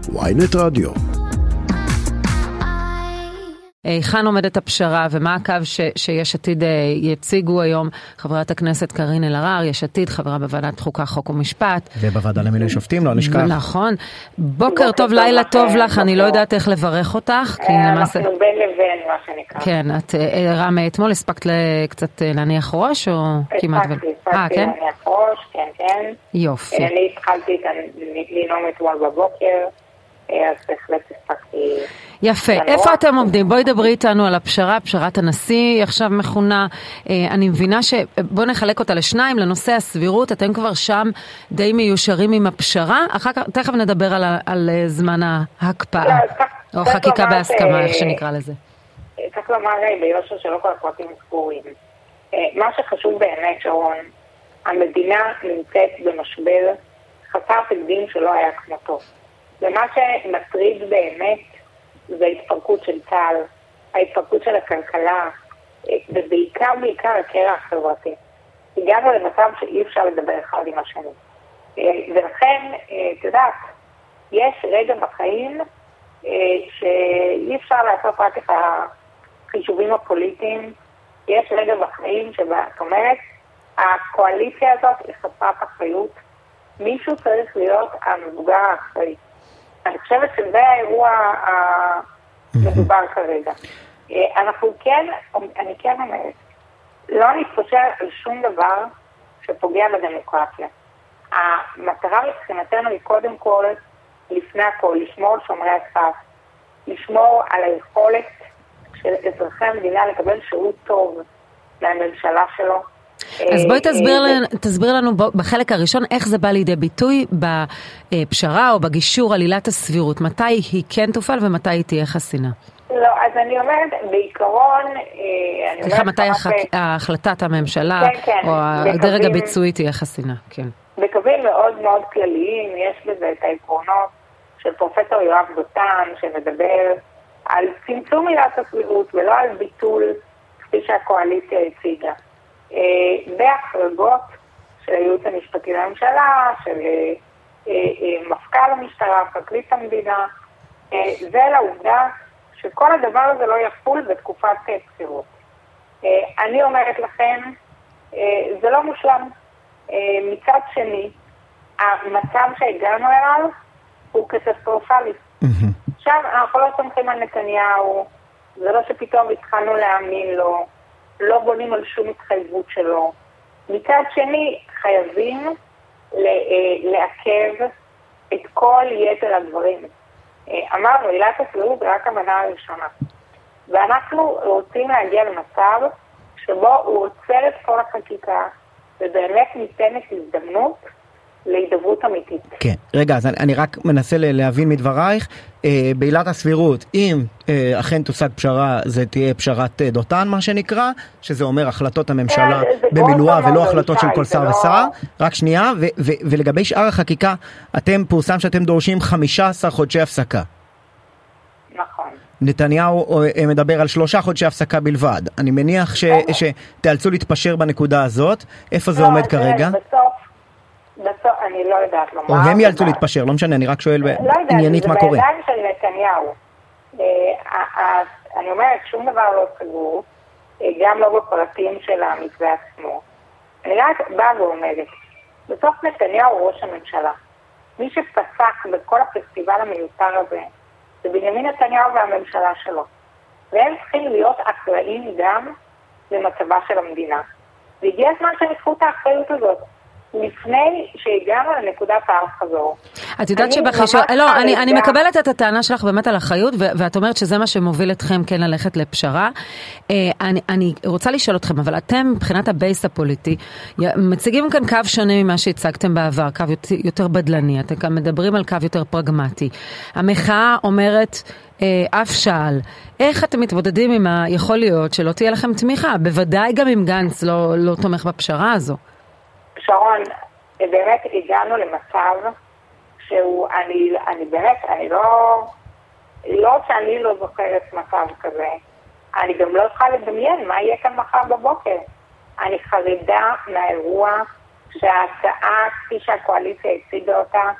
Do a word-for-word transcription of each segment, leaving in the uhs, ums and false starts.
וויינט רדיו. היכן עומדת הפשרה ומה הקו ש, שיש עתיד יציגו היום? חברת הכנסת קארין אלהרר, יש עתיד, חברה בוועדת חוקה, חוק ומשפט. ובוועדה למינוי שופטים, לא נשכח. נכון. בוקר טוב, לילה טוב לך, אני לא יודעת איך לברך אותך. אנחנו בין לבין, מה שנקרא. כן, את רם אתמול, הספקת קצת להניח ראש או כמעט? הספקתי, הספקתי להניח ראש, כן, כן. יופי. אני התחלתי לנאום אתמול בבוקר, אז בהחלט הספקתי... יפה. איפה אתם עומדים? בואי דברי איתנו על הפשרה, פשרת הנשיא, עכשיו מכונה. אני מבינה ש... בואו נחלק אותה לשניים, לנושא הסבירות, אתם כבר שם די מיושרים עם הפשרה, אחר כך, תכף נדבר על, על זמן ההקפאה, או חקיקה בהסכמה, איך שנקרא לזה. צריך לומר ביושר שלא כל הפרטים סגורים. מה שחשוב באמת, שרון, המדינה נמצאת במשבר חסר תקדים שלא היה כמותו. ומה שמטריד באמת זה ההתפרקות של צה"ל, ההתפרקות של הכלכלה, ובעיקר בעיקר הקרע החברתי. הגענו למצב שאי אפשר לדבר אחד עם השני. ולכן, את יודעת, יש רגע בחיים שאי אפשר לעשות רק את החישובים הפוליטיים, יש רגע בחיים שבה, זאת אומרת, הקואליציה הזאת היא חסרת אחריות, מישהו צריך להיות המבוגר האחראי. אני חושבת שזה האירוע המדובר כרגע. אנחנו כן, אני כן אומרת, לא נתפשר על שום דבר שפוגע בדמוקרטיה. המטרה מבחינתנו היא קודם כל, לפני הכל, לשמור על שומרי הסף, לשמור על היכולת של אזרחי המדינה לקבל שירות טוב מהממשלה שלו. אז בואי תסביר לנו, תסביר לנו בחלק הראשון איך זה בא לידי ביטוי בפשרה או בגישור על עילת הסבירות. מתי היא כן תופעל ומתי היא תהיה חסינה? לא, אז אני אומרת, בעיקרון... סליחה, מתי החלטת הממשלה או הדרג הביצועי תהיה חסינה? כן. בקווים מאוד מאוד כלליים, יש בזה את העקרונות של פרופסור יואב דותן, שמדבר על צמצום עילת הסבירות ולא על ביטול כפי שהקואליציה הציגה. בהחרגות של הייעוץ המשפטי לממשלה, של מפכ"ל המשטרה, פרקליט המדינה, זה לעובדה שכל הדבר הזה לא יחול בתקופת בחירות. אני אומרת לכם, זה לא מושלם. מצד שני, המצב שהגענו אליו הוא קטסטרופלי. עכשיו, אנחנו לא סומכים על נתניהו, זה לא שפתאום התחלנו להאמין לו, לא בונים על שום התחייבות שלו. מצד שני, חייבים לעכב את כל יתר הדברים. אמרנו, עילת הסבירות זה רק המנה הראשונה. ואנחנו רוצים להגיע למצב שבו הוא עוצר את כל החקיקה, ובאמת ניתנת הזדמנות להידברות אמיתית. כן, רגע, אז אני, אני רק מנסה להבין מדברייך, אה, בעילת הסבירות, אם אה, אכן תושג פשרה, זה תהיה פשרת אה, דותן, מה שנקרא, שזה אומר החלטות הממשלה כן, במילואה ולא החלטות שי, של כל שר לא... ושר. רק שנייה, ו- ו- ולגבי שאר החקיקה, אתם פורסם שאתם דורשים חמישה עשר חודשי הפסקה. נכון. נתניהו מדבר על שלושה חודשי הפסקה בלבד. אני מניח ש- שתאלצו להתפשר בנקודה הזאת. איפה זה לא, עומד כרגע? בסוף, בסוף, אני לא יודעת לומר. או הם יאלצו להתפשר, לא משנה, אני רק שואל לא עניינית מה קורה. זה בידיים של נתניהו. אני אומרת, שום דבר לא סגור, גם לא בפרטים של המתווה עצמו. אני רק באה ואומרת, בסוף נתניהו ראש הממשלה. מי שפסח בכל הפסטיבל המיותר הזה, זה בנימין נתניהו והממשלה שלו. והם צריכים להיות אחראים גם למצבה של המדינה. והגיע הזמן שנקחו את האחריות הזאת. לפני שהגענו לנקודת האל-חזור. את יודעת שבחישור... לא, אני, אני מקבלת את הטענה שלך באמת על אחריות, ואת אומרת שזה מה שמוביל אתכם כן ללכת לפשרה. אני, אני רוצה לשאול אתכם, אבל אתם מבחינת הבייס הפוליטי, מציגים כאן קו שונה ממה שהצגתם בעבר, קו יותר, יותר בדלני, אתם כאן מדברים על קו יותר פרגמטי. המחאה אומרת... אף שאל, איך אתם מתמודדים עם היכול להיות שלא תהיה לכם תמיכה? בוודאי גם אם גנץ לא, לא תומך בפשרה הזו. שרון, באמת הגענו למצב שהוא, אני, אני באמת, אני לא, לא שאני לא זוכרת מצב כזה, אני גם לא צריכה לדמיין מה יהיה כאן מחר בבוקר. אני חרדה מהאירוע שההצעה, כפי שהקואליציה הציגה אותה,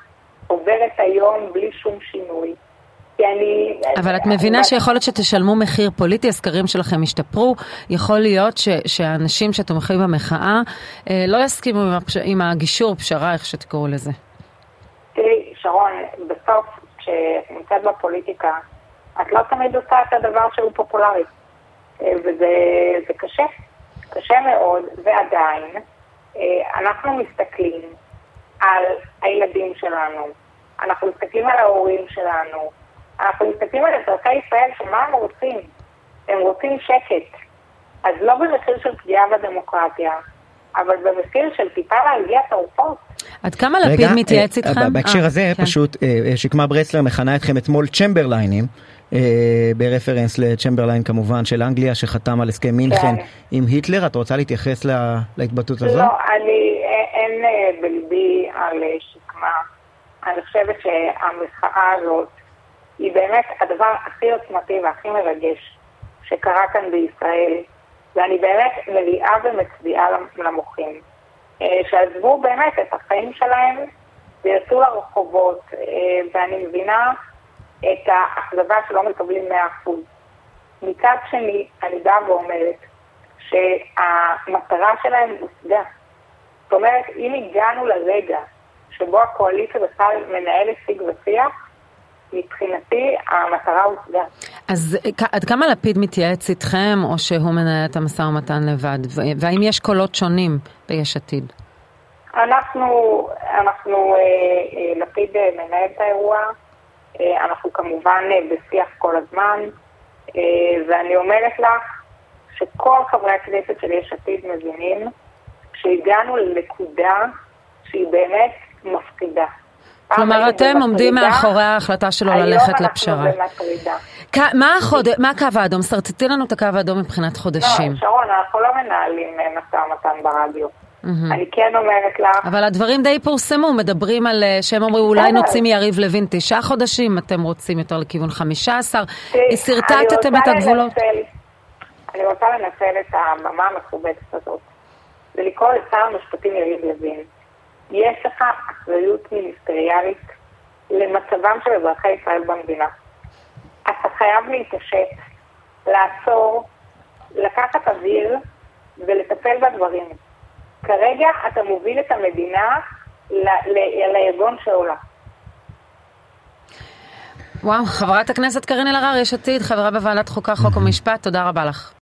עוברת היום בלי שום שינוי. כי אני... אבל את מבינה שיכול להיות שתשלמו מחיר פוליטי, הסקרים שלכם ישתפרו, יכול להיות ש, שהאנשים שתומכים במחאה אה, לא יסכימו עם, הפש... עם הגישור, פשרה, איך שתקראו לזה. תראי, שרון, בסוף, כשאת נמצאת בפוליטיקה, את לא תמיד עושה את הדבר שהוא פופולרי. וזה זה קשה, קשה מאוד, ועדיין אנחנו מסתכלים על הילדים שלנו, אנחנו מסתכלים על ההורים שלנו, אנחנו מסתכלים על אזרחי ישראל שמה הם רוצים? הם רוצים שקט. אז לא במחיר של פגיעה בדמוקרטיה, אבל במחיר של טיפה להגיע תרופות. עד כמה לפיד מתייעץ איתכם? בהקשר הזה פשוט שקמה ברסלר מכנה אתכם אתמול צ'מברליינים, ברפרנס לצ'מברליין כמובן של אנגליה שחתם על הסכם מינכן עם היטלר. את רוצה להתייחס להתבטאות הזו? לא, אני אין בלבי על שקמה. אני חושבת שהמחאה הזאת היא באמת הדבר הכי עוצמתי והכי מרגש שקרה כאן בישראל, ואני באמת מליאה ומצביעה למוחים שעזבו באמת את החיים שלהם ויצאו לרחובות, ואני מבינה את האכזבה שלא מקבלים מאה אחוז. מצד שני, אני באה ואומרת שהמטרה שלהם הושגה. זאת אומרת, אם הגענו לרגע שבו הקואליציה בכלל מנהלת שיג ושיח, מבחינתי המטרה הושגה. אז עד כמה לפיד מתייעץ איתכם, או שהוא מנהל את המשא ומתן לבד? והאם יש קולות שונים ביש עתיד? אנחנו, אנחנו, לפיד מנהל את האירוע, אנחנו כמובן בשיח כל הזמן, ואני אומרת לך שכל חברי הכנסת של יש עתיד מבינים שהגענו לנקודה שהיא באמת מפחידה. כלומר, אתם עומדים מאחורי ההחלטה שלו ללכת לפשרה. מה הקו האדום? סרטטי לנו את הקו האדום מבחינת חודשים. לא, שרון, אנחנו לא מנהלים משא ומתן ברדיו. אני כן אומרת לך... אבל הדברים די פורסמו, מדברים על שהם אומרים אולי נוציא מיריב לוין תשעה חודשים, אתם רוצים יותר לכיוון חמישה עשר, סרטטתם את הגבולות. אני רוצה לנצל את הבמה המכובדת הזאת, ולקרוא לשר המשפטים יריב לוין. יש לך אחריות מיניסטריאלית למצבם של אזרחי ישראל במדינה. אתה חייב להתעשת, לעצור, לקחת אוויר ולטפל בדברים. כרגע אתה מוביל את המדינה לארגון שעולה. וואו, חברת הכנסת קארין אלהרר, יש עתיד, חברה בוועדת חוקה, חוק ומשפט, תודה רבה לך.